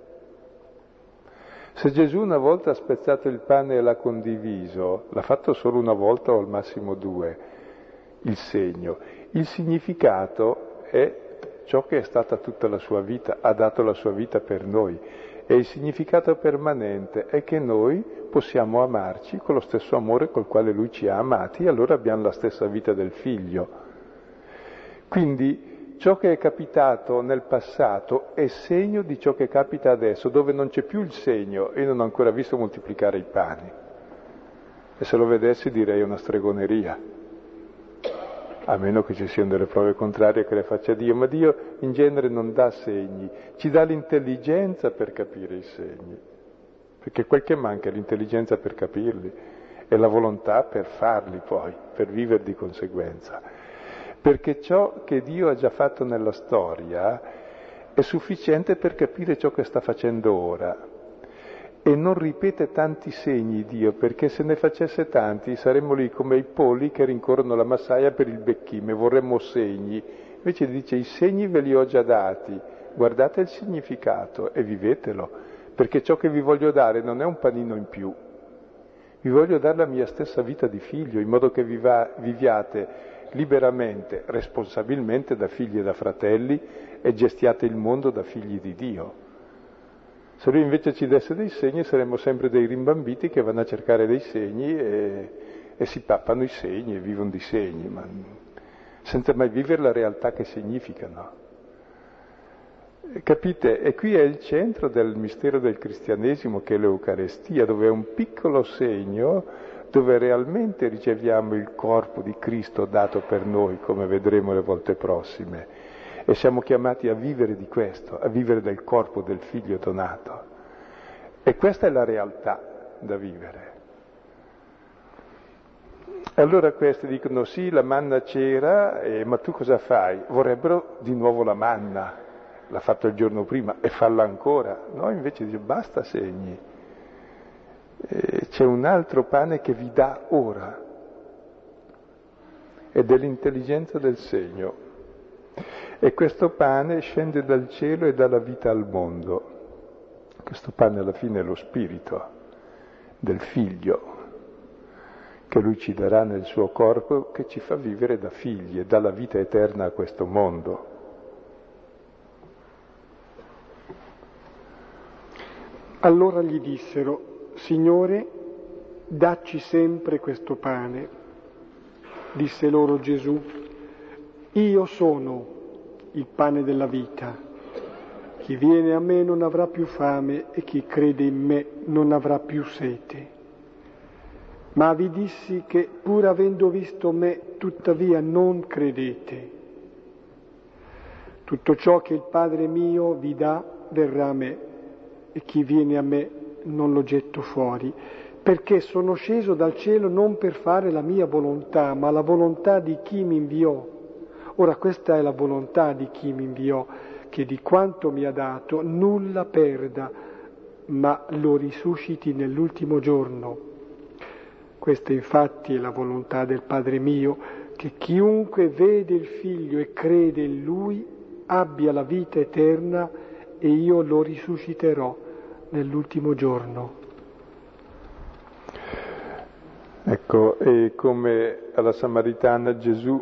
Se Gesù una volta ha spezzato il pane e l'ha condiviso, l'ha fatto solo una volta o al massimo due, il segno. Il significato è ciò che è stata tutta la sua vita, ha dato la sua vita per noi. E il significato permanente è che noi possiamo amarci con lo stesso amore col quale Lui ci ha amati, e allora abbiamo la stessa vita del Figlio. Quindi ciò che è capitato nel passato è segno di ciò che capita adesso, dove non c'è più il segno. Io non ho ancora visto moltiplicare i pani, e se lo vedessi direi una stregoneria, a meno che ci siano delle prove contrarie che le faccia Dio, ma Dio in genere non dà segni, ci dà l'intelligenza per capire i segni, perché quel che manca è l'intelligenza per capirli e la volontà per farli poi, per vivere di conseguenza. Perché ciò che Dio ha già fatto nella storia è sufficiente per capire ciò che sta facendo ora. E non ripete tanti segni Dio, perché se ne facesse tanti saremmo lì come i polli che rincorrono la massaia per il becchime, vorremmo segni. Invece dice: i segni ve li ho già dati, guardate il significato e vivetelo, perché ciò che vi voglio dare non è un panino in più, vi voglio dare la mia stessa vita di figlio, in modo che viviate liberamente, responsabilmente da figli e da fratelli, e gestiate il mondo da figli di Dio. Se Lui invece ci desse dei segni saremmo sempre dei rimbambiti che vanno a cercare dei segni e si pappano i segni e vivono di segni, ma senza mai vivere la realtà che significano. Capite? E qui è il centro del mistero del cristianesimo, che è l'Eucarestia, dove è un piccolo segno, dove realmente riceviamo il corpo di Cristo dato per noi, come vedremo le volte prossime. E siamo chiamati a vivere di questo, a vivere del corpo del Figlio donato. E questa è la realtà da vivere. E allora questi dicono: sì, la manna c'era, ma tu cosa fai? Vorrebbero di nuovo la manna, l'ha fatto il giorno prima, e falla ancora. Noi invece diciamo: basta segni, c'è un altro pane che vi dà ora, ed è l'intelligenza del segno. E questo pane scende dal cielo e dà la vita al mondo. Questo pane alla fine è lo spirito del Figlio, che Lui ci darà nel suo corpo, che ci fa vivere da figli e dà la vita eterna a questo mondo. Allora gli dissero: Signore, dacci sempre questo pane. Disse loro Gesù: io sono il pane della vita. Chi viene a me non avrà più fame, e chi crede in me non avrà più sete. Ma vi dissi che, pur avendo visto me, tuttavia non credete. Tutto ciò che il Padre mio vi dà verrà a me, e chi viene a me non lo getto fuori, perché sono sceso dal cielo non per fare la mia volontà, ma la volontà di chi mi inviò. Ora questa è la volontà di chi mi inviò, che di quanto mi ha dato nulla perda, ma lo risusciti nell'ultimo giorno. Questa infatti è la volontà del Padre mio, che chiunque vede il Figlio e crede in Lui abbia la vita eterna e io lo risusciterò nell'ultimo giorno. Ecco, e come alla Samaritana Gesù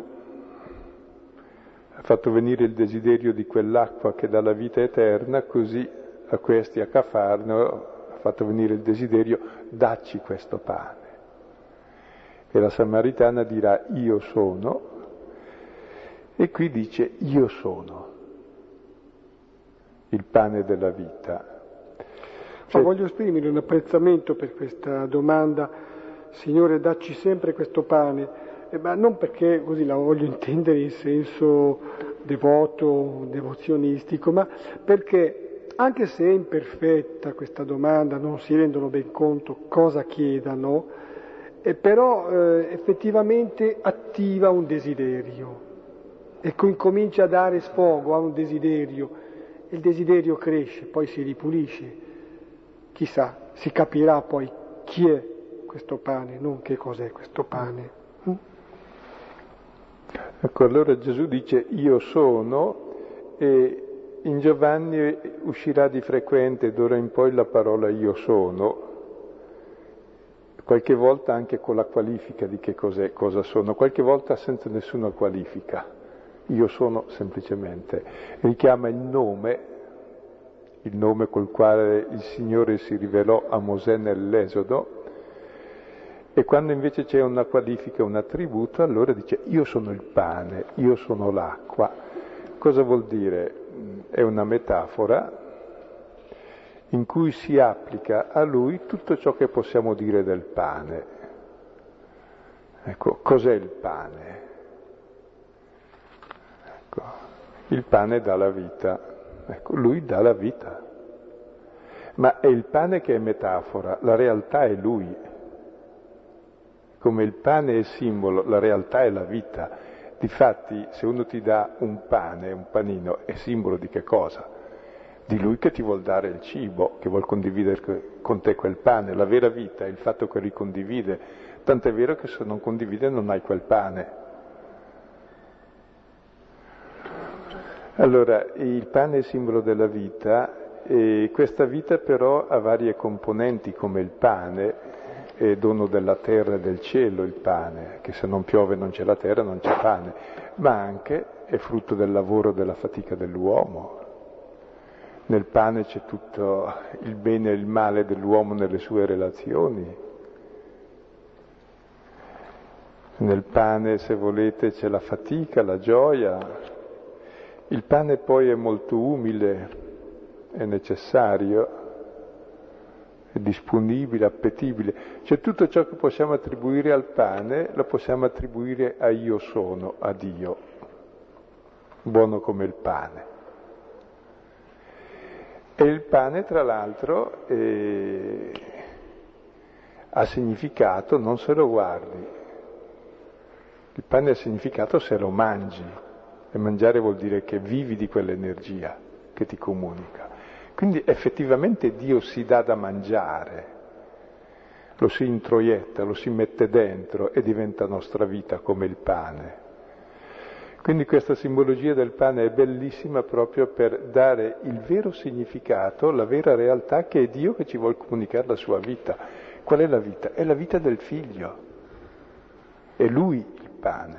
ha fatto venire il desiderio di quell'acqua che dà la vita eterna, così a questi a Cafarno ha fatto venire il desiderio: dacci questo pane. E la Samaritana dirà: io sono, e qui dice: io sono il pane della vita. Ma voglio esprimere un apprezzamento per questa domanda: Signore, dacci sempre questo pane, ma non perché così la voglio intendere in senso devoto, devozionistico, ma perché anche se è imperfetta questa domanda, non si rendono ben conto cosa chiedano, però effettivamente attiva un desiderio e incomincia a dare sfogo a un desiderio, e il desiderio cresce, poi si ripulisce. Chissà, si capirà poi chi è questo pane, non che cos'è questo pane. Ecco, allora Gesù dice: io sono, e in Giovanni uscirà di frequente d'ora in poi la parola io sono, qualche volta anche con la qualifica di che cos'è, cosa sono, qualche volta senza nessuna qualifica. Io sono semplicemente. Richiama il nome col quale il Signore si rivelò a Mosè nell'Esodo, e quando invece c'è una qualifica, un attributo, allora dice: io sono il pane, io sono l'acqua. Cosa vuol dire? È una metafora in cui si applica a lui tutto ciò che possiamo dire del pane. Ecco, cos'è il pane? Ecco, il pane dà la vita. Ecco, lui dà la vita. Ma è il pane che è metafora, la realtà è lui. Come il pane è simbolo, la realtà è la vita. Difatti, se uno ti dà un pane, un panino, è simbolo di che cosa? Di lui che ti vuol dare il cibo, che vuol condividere con te quel pane. La vera vita è il fatto che ricondivide, tant'è vero che se non condivide non hai quel pane. Allora, il pane è simbolo della vita, e questa vita però ha varie componenti, come il pane. È dono della terra e del cielo il pane, che se non piove non c'è la terra, non c'è pane, ma anche è frutto del lavoro e della fatica dell'uomo. Nel pane c'è tutto il bene e il male dell'uomo nelle sue relazioni. Nel pane, se volete, c'è la fatica, la gioia. Il pane poi è molto umile, è necessario, è disponibile, appetibile. Cioè tutto ciò che possiamo attribuire al pane lo possiamo attribuire a io sono, a Dio, buono come il pane. E il pane, tra l'altro, ha significato non se lo guardi. Il pane ha significato se lo mangi, e mangiare vuol dire che vivi di quell'energia che ti comunica. Quindi effettivamente Dio si dà da mangiare, lo si introietta, lo si mette dentro e diventa nostra vita come il pane. Quindi questa simbologia del pane è bellissima proprio per dare il vero significato, la vera realtà, che è Dio che ci vuole comunicare la sua vita. Qual è la vita? È la vita del Figlio. È Lui il pane,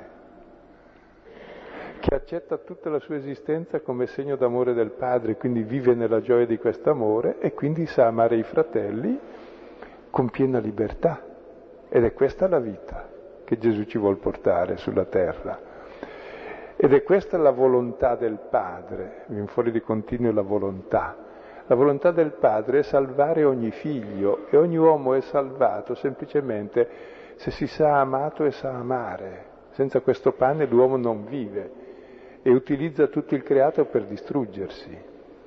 che accetta tutta la sua esistenza come segno d'amore del Padre, quindi vive nella gioia di questo amore e quindi sa amare i fratelli con piena libertà. Ed è questa la vita che Gesù ci vuol portare sulla terra. Ed è questa la volontà del Padre, viene fuori di continuo la volontà. La volontà del Padre è salvare ogni figlio, e ogni uomo è salvato semplicemente se si sa amato e sa amare. Senza questo pane l'uomo non vive e utilizza tutto il creato per distruggersi.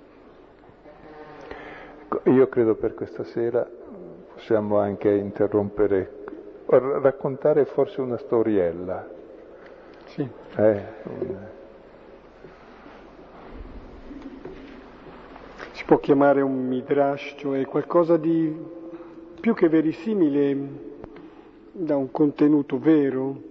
Io credo per questa sera possiamo anche interrompere, raccontare forse una storiella. Sì. Si si può chiamare un midrash, cioè qualcosa di più che verisimile, da un contenuto vero.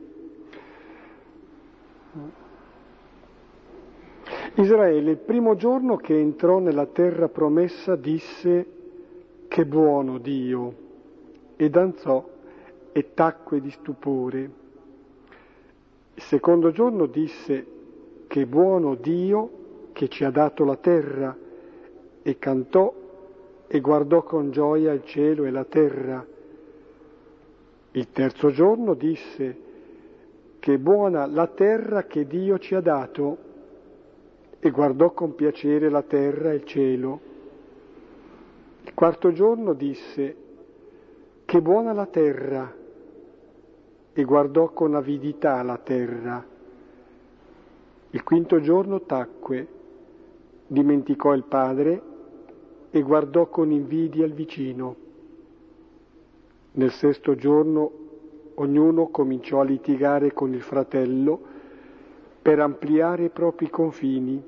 Israele, il primo giorno che entrò nella terra promessa, disse: che buono Dio, e danzò e tacque di stupore. Il secondo giorno disse: che buono Dio che ci ha dato la terra, e cantò e guardò con gioia il cielo e la terra. Il terzo giorno disse: che buona la terra che Dio ci ha dato, e guardò con piacere la terra e il cielo. Il quarto giorno disse: che buona la terra, e guardò con avidità la terra. Il quinto giorno tacque, dimenticò il padre e guardò con invidia il vicino. Nel sesto giorno ognuno cominciò a litigare con il fratello per ampliare i propri confini.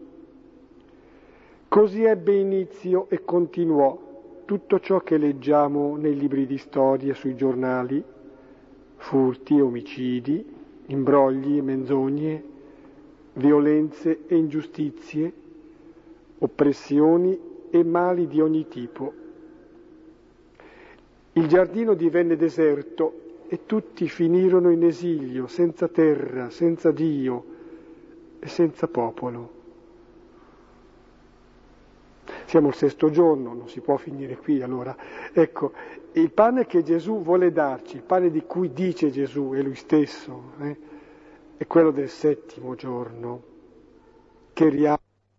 Così ebbe inizio e continuò tutto ciò che leggiamo nei libri di storia sui giornali: furti, omicidi, imbrogli e menzogne, violenze e ingiustizie, oppressioni e mali di ogni tipo. Il giardino divenne deserto e tutti finirono in esilio, senza terra, senza Dio e senza popolo. Siamo al sesto giorno, non si può finire qui allora. Ecco, il pane che Gesù vuole darci, il pane di cui dice Gesù, è Lui stesso, è quello del settimo giorno, che riapre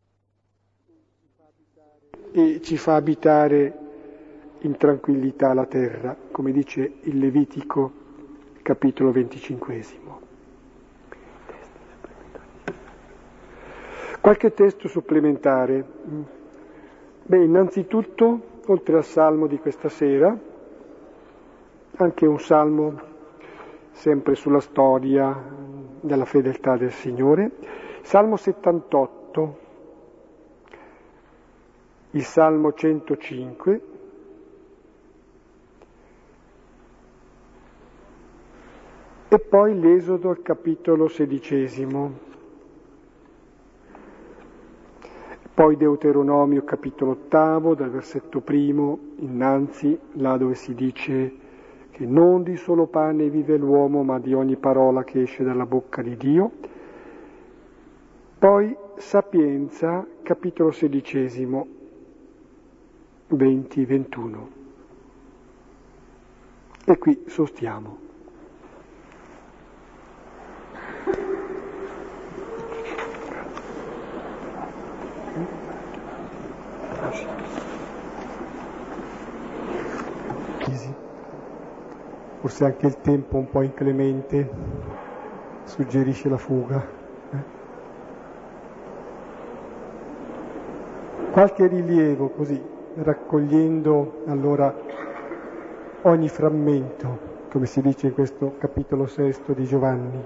e ci fa abitare in tranquillità la terra, come dice il Levitico, capitolo 25. Qualche testo supplementare. Innanzitutto, oltre al salmo di questa sera, anche un salmo sempre sulla storia della fedeltà del Signore, Salmo 78, il Salmo 105, e poi l'Esodo al capitolo 16, poi Deuteronomio capitolo 8, dal versetto 1 innanzi, là dove si dice che non di solo pane vive l'uomo, ma di ogni parola che esce dalla bocca di Dio. Poi Sapienza, capitolo 16, 20-21. E qui sostiamo. Forse anche il tempo un po' inclemente suggerisce la fuga. Qualche rilievo così, raccogliendo allora ogni frammento, come si dice in questo capitolo 6 di Giovanni.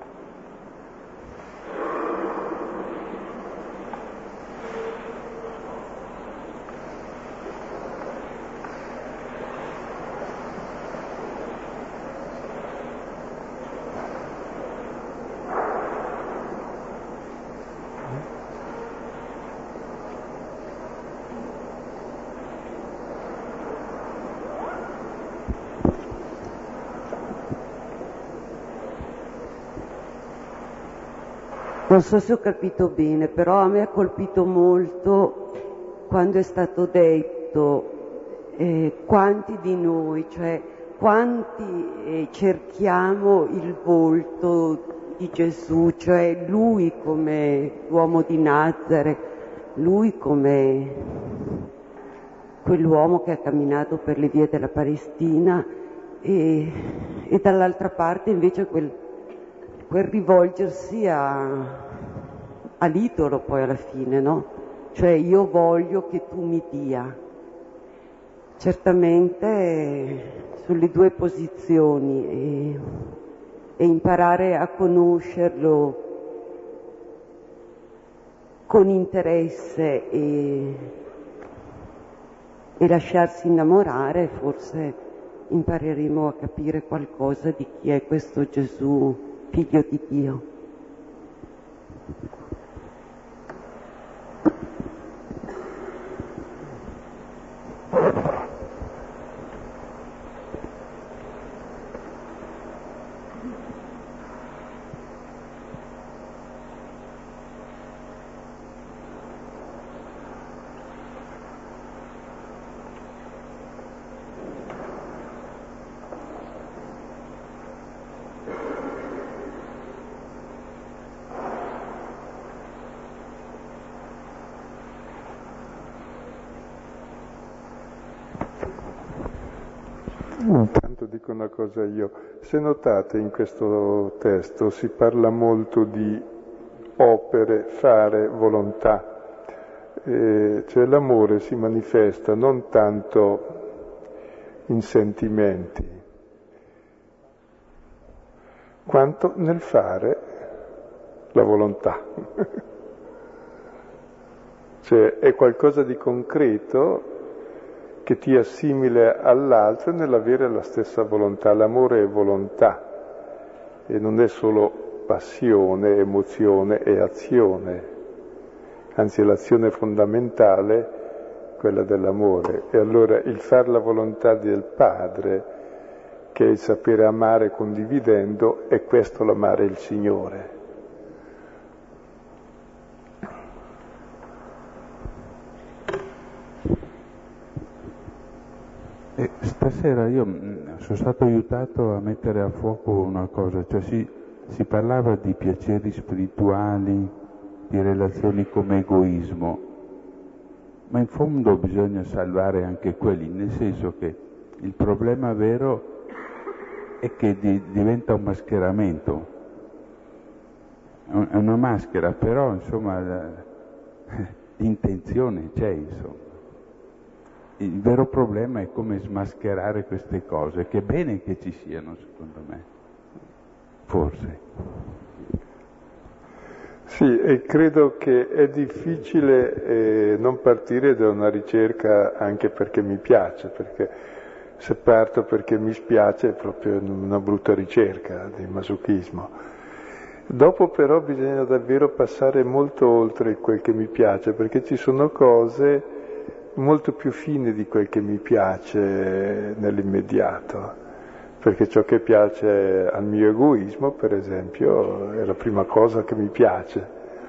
Non so se ho capito bene, però a me ha colpito molto quando è stato detto quanti di noi, cioè quanti cerchiamo il volto di Gesù, cioè Lui come l'uomo di Nazareth, Lui come quell'uomo che ha camminato per le vie della Palestina e dall'altra parte invece quel rivolgersi all'idolo poi alla fine, no? Cioè io voglio che tu mi dia. Certamente sulle due posizioni e imparare a conoscerlo con interesse e lasciarsi innamorare, forse impareremo a capire qualcosa di chi è questo Gesù, figlio di Dio. Intanto dico una cosa io. Se notate in questo testo si parla molto di opere, fare, volontà. Cioè l'amore si manifesta non tanto in sentimenti, quanto nel fare la volontà. Cioè è qualcosa di concreto che ti assimile all'altro nell'avere la stessa volontà. L'amore è volontà e non è solo passione, emozione e azione, anzi è l'azione fondamentale, quella dell'amore. E allora il far la volontà del Padre, che è il sapere amare condividendo, è questo l'amare il Signore. Stasera io sono stato aiutato a mettere a fuoco una cosa, cioè si parlava di piaceri spirituali, di relazioni come egoismo, ma in fondo bisogna salvare anche quelli, nel senso che il problema vero è che diventa un mascheramento, è una maschera, però insomma l'intenzione c'è, insomma. Il vero problema è come smascherare queste cose, che è bene che ci siano, secondo me, forse. Sì, e credo che è difficile non partire da una ricerca anche perché mi piace, perché se parto perché mi spiace è proprio una brutta ricerca di masochismo. Dopo però bisogna davvero passare molto oltre quel che mi piace, perché ci sono cose molto più fine di quel che mi piace nell'immediato, perché ciò che piace al mio egoismo, per esempio, è la prima cosa che mi piace.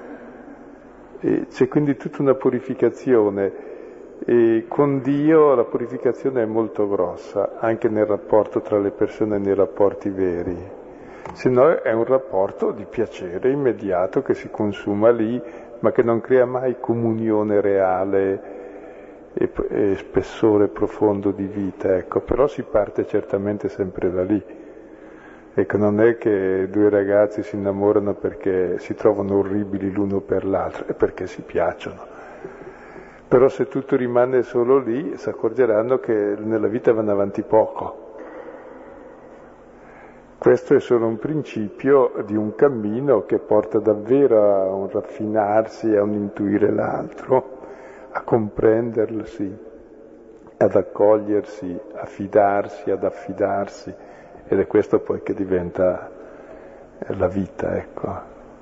E c'è quindi tutta una purificazione, e con Dio la purificazione è molto grossa, anche nel rapporto tra le persone, nei rapporti veri. Se no è un rapporto di piacere immediato che si consuma lì, ma che non crea mai comunione reale e spessore profondo di vita, ecco. Però si parte certamente sempre da lì. Ecco, non è che due ragazzi si innamorano perché si trovano orribili l'uno per l'altro, è perché si piacciono. Però se tutto rimane solo lì, si accorgeranno che nella vita vanno avanti poco. Questo è solo un principio di un cammino che porta davvero a un raffinarsi, a un intuire l'altro, a comprendersi, ad accogliersi, a fidarsi, ad affidarsi, ed è questo poi che diventa la vita, ecco.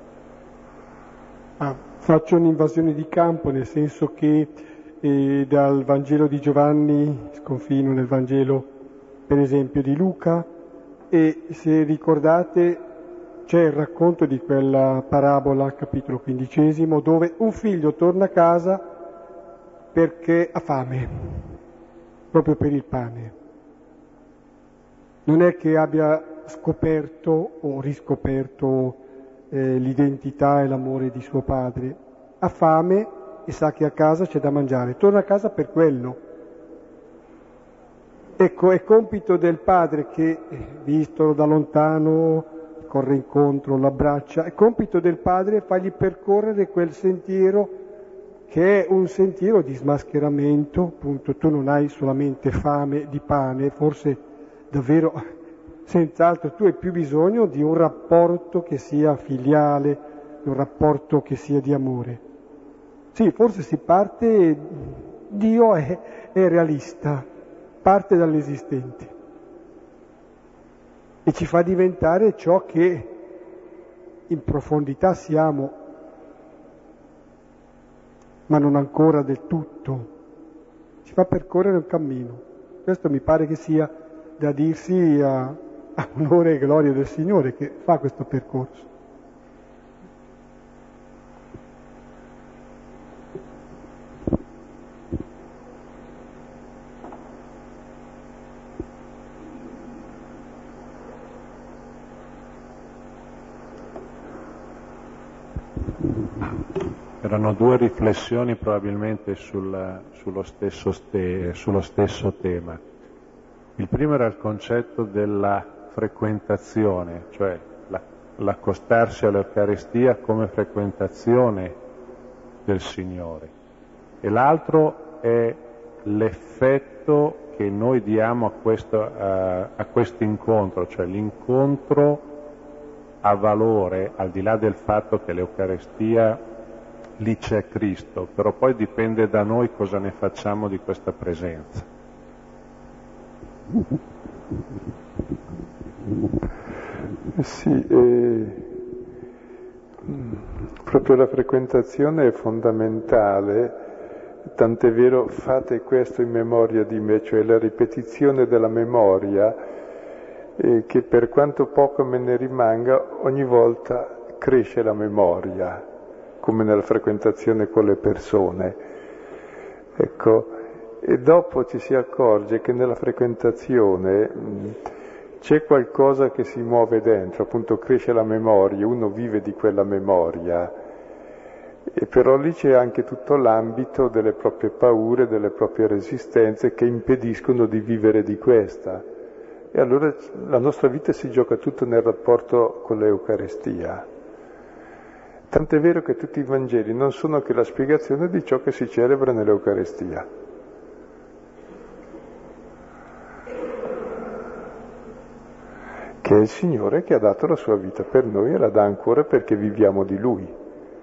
Faccio un'invasione di campo, nel senso che dal Vangelo di Giovanni sconfino nel Vangelo, per esempio, di Luca, e se ricordate c'è il racconto di quella parabola, capitolo 15, dove un figlio torna a casa perché ha fame, proprio per il pane. Non è che abbia scoperto o riscoperto l'identità e l'amore di suo padre. Ha fame e sa che a casa c'è da mangiare. Torna a casa per quello. Ecco, è compito del padre che, vistolo da lontano, corre incontro, l'abbraccia, è compito del padre fargli percorrere quel sentiero che è un sentiero di smascheramento. Appunto, tu non hai solamente fame di pane, forse davvero, senz'altro, tu hai più bisogno di un rapporto che sia filiale, di un rapporto che sia di amore. Sì, forse si parte Dio è realista, parte dall'esistente e ci fa diventare ciò che in profondità siamo, ma non ancora del tutto. Ci fa percorrere un cammino. Questo mi pare che sia da dirsi a onore e gloria del Signore che fa questo percorso. Erano due riflessioni probabilmente sullo stesso tema. Il primo era il concetto della frequentazione, cioè l'accostarsi all'Eucaristia come frequentazione del Signore, e l'altro è l'effetto che noi diamo a questo incontro, cioè l'incontro ha valore al di là del fatto che l'Eucaristia lì c'è Cristo, però poi dipende da noi cosa ne facciamo di questa presenza. Sì, proprio la frequentazione è fondamentale, tant'è vero fate questo in memoria di me, cioè la ripetizione della memoria, che per quanto poco me ne rimanga, ogni volta cresce la memoria, come nella frequentazione con le persone. Ecco, e dopo ci si accorge che nella frequentazione c'è qualcosa che si muove dentro, appunto cresce la memoria, uno vive di quella memoria, e però lì c'è anche tutto l'ambito delle proprie paure, delle proprie resistenze che impediscono di vivere di questa. E allora la nostra vita si gioca tutto nel rapporto con l'Eucaristia. Tant'è vero che tutti i Vangeli non sono che la spiegazione di ciò che si celebra nell'Eucaristia. Che è il Signore che ha dato la sua vita per noi e la dà ancora perché viviamo di Lui.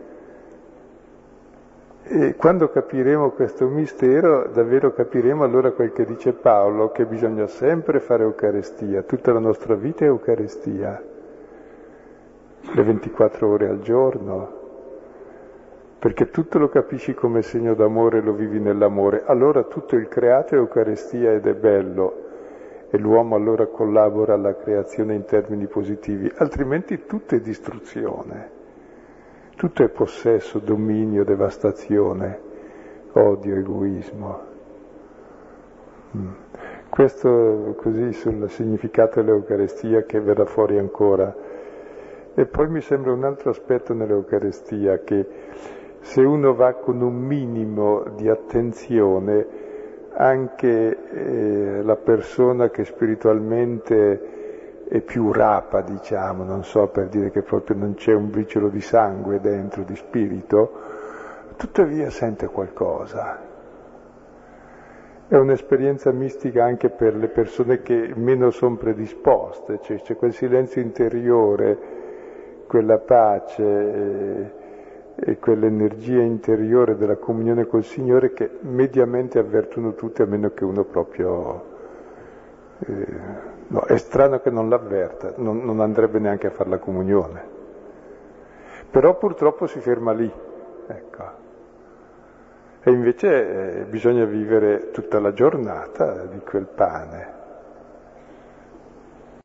E quando capiremo questo mistero, davvero capiremo allora quel che dice Paolo, che bisogna sempre fare Eucaristia, tutta la nostra vita è Eucaristia. Le 24 ore al giorno, perché tutto lo capisci come segno d'amore e lo vivi nell'amore, allora tutto il creato è Eucaristia ed è bello, e l'uomo allora collabora alla creazione in termini positivi, altrimenti tutto è distruzione, tutto è possesso, dominio, devastazione, odio, egoismo. Questo così sul significato dell'Eucaristia che verrà fuori ancora. E poi mi sembra un altro aspetto nell'Eucaristia, che se uno va con un minimo di attenzione, anche la persona che spiritualmente è più rapa, diciamo, non so, per dire che proprio non c'è un briciolo di sangue dentro, di spirito, tuttavia sente qualcosa. È un'esperienza mistica anche per le persone che meno sono predisposte, cioè c'è quel silenzio interiore, quella pace e quell'energia interiore della comunione col Signore che mediamente avvertono tutti, a meno che uno proprio... no, è strano che non l'avverta, non andrebbe neanche a fare la comunione. Però purtroppo si ferma lì, ecco. E invece bisogna vivere tutta la giornata di quel pane.